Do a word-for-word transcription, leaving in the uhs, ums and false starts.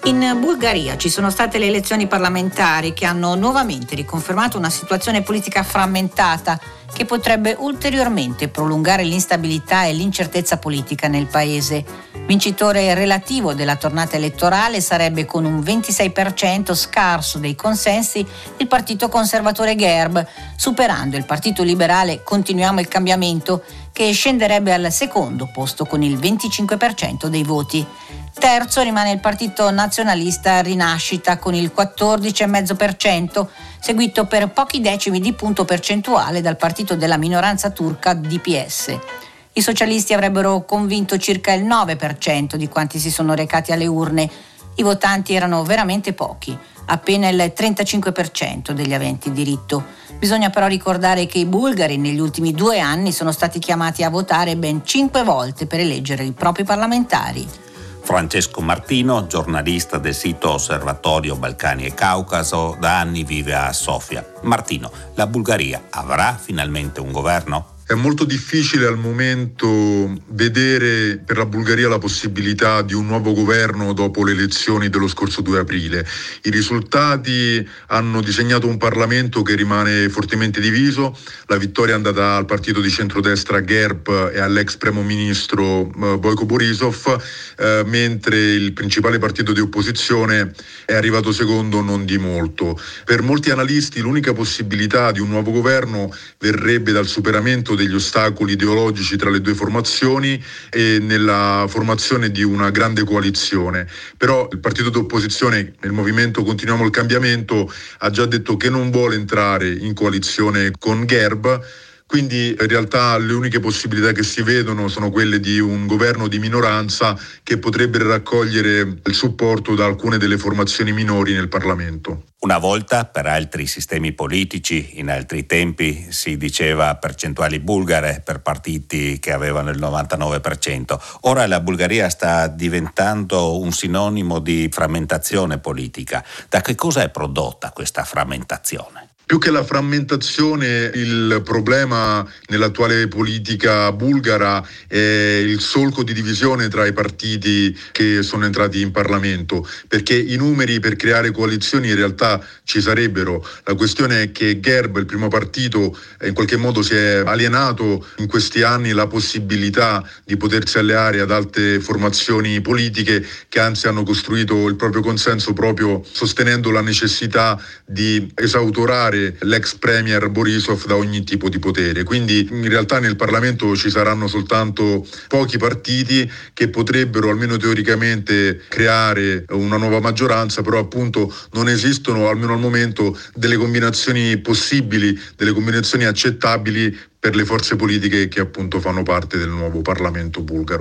In Bulgaria ci sono state le elezioni parlamentari che hanno nuovamente riconfermato una situazione politica frammentata che potrebbe ulteriormente prolungare l'instabilità e l'incertezza politica nel paese. Vincitore relativo della tornata elettorale sarebbe, con un ventisei per cento scarso dei consensi, il partito conservatore Gerb, superando il partito liberale Continuiamo il Cambiamento, che scenderebbe al secondo posto con il venticinque per cento dei voti. Terzo rimane il partito nazionalista Rinascita con il quattordici virgola cinque per cento, seguito per pochi decimi di punto percentuale dal partito della minoranza turca D P S. I socialisti avrebbero convinto circa il nove per cento di quanti si sono recati alle urne. I votanti erano veramente pochi, appena il trentacinque per cento degli aventi diritto. Bisogna però ricordare che i bulgari negli ultimi due anni sono stati chiamati a votare ben cinque volte per eleggere i propri parlamentari. Francesco Martino, giornalista del sito Osservatorio Balcani e Caucaso, da anni vive a Sofia. Martino, la Bulgaria avrà finalmente un governo? È molto difficile al momento vedere per la Bulgaria la possibilità di un nuovo governo dopo le elezioni dello scorso due aprile. I risultati hanno disegnato un Parlamento che rimane fortemente diviso. La vittoria è andata al partito di centrodestra Gerb e all'ex primo ministro Boyko Borisov, eh, mentre il principale partito di opposizione è arrivato secondo non di molto. Per molti analisti l'unica possibilità di un nuovo governo verrebbe dal superamento degli ostacoli ideologici tra le due formazioni e nella formazione di una grande coalizione. Però il partito d'opposizione, il movimento Continuiamo il Cambiamento, ha già detto che non vuole entrare in coalizione con Gerb. Quindi in realtà le uniche possibilità che si vedono sono quelle di un governo di minoranza che potrebbe raccogliere il supporto da alcune delle formazioni minori nel Parlamento. Una volta, per altri sistemi politici, in altri tempi, si diceva percentuali bulgare per partiti che avevano il novantanove per cento. Ora la Bulgaria sta diventando un sinonimo di frammentazione politica. Da che cosa è prodotta questa frammentazione? Più che la frammentazione, il problema nell'attuale politica bulgara è il solco di divisione tra i partiti che sono entrati in Parlamento, perché i numeri per creare coalizioni in realtà ci sarebbero. La questione è che Gerb, il primo partito, in qualche modo si è alienato in questi anni la possibilità di potersi alleare ad altre formazioni politiche che anzi hanno costruito il proprio consenso proprio sostenendo la necessità di esautorare l'ex premier Borisov da ogni tipo di potere. Quindi in realtà nel Parlamento ci saranno soltanto pochi partiti che potrebbero almeno teoricamente creare una nuova maggioranza, però appunto non esistono almeno al momento delle combinazioni possibili, delle combinazioni accettabili per le forze politiche che appunto fanno parte del nuovo Parlamento bulgaro.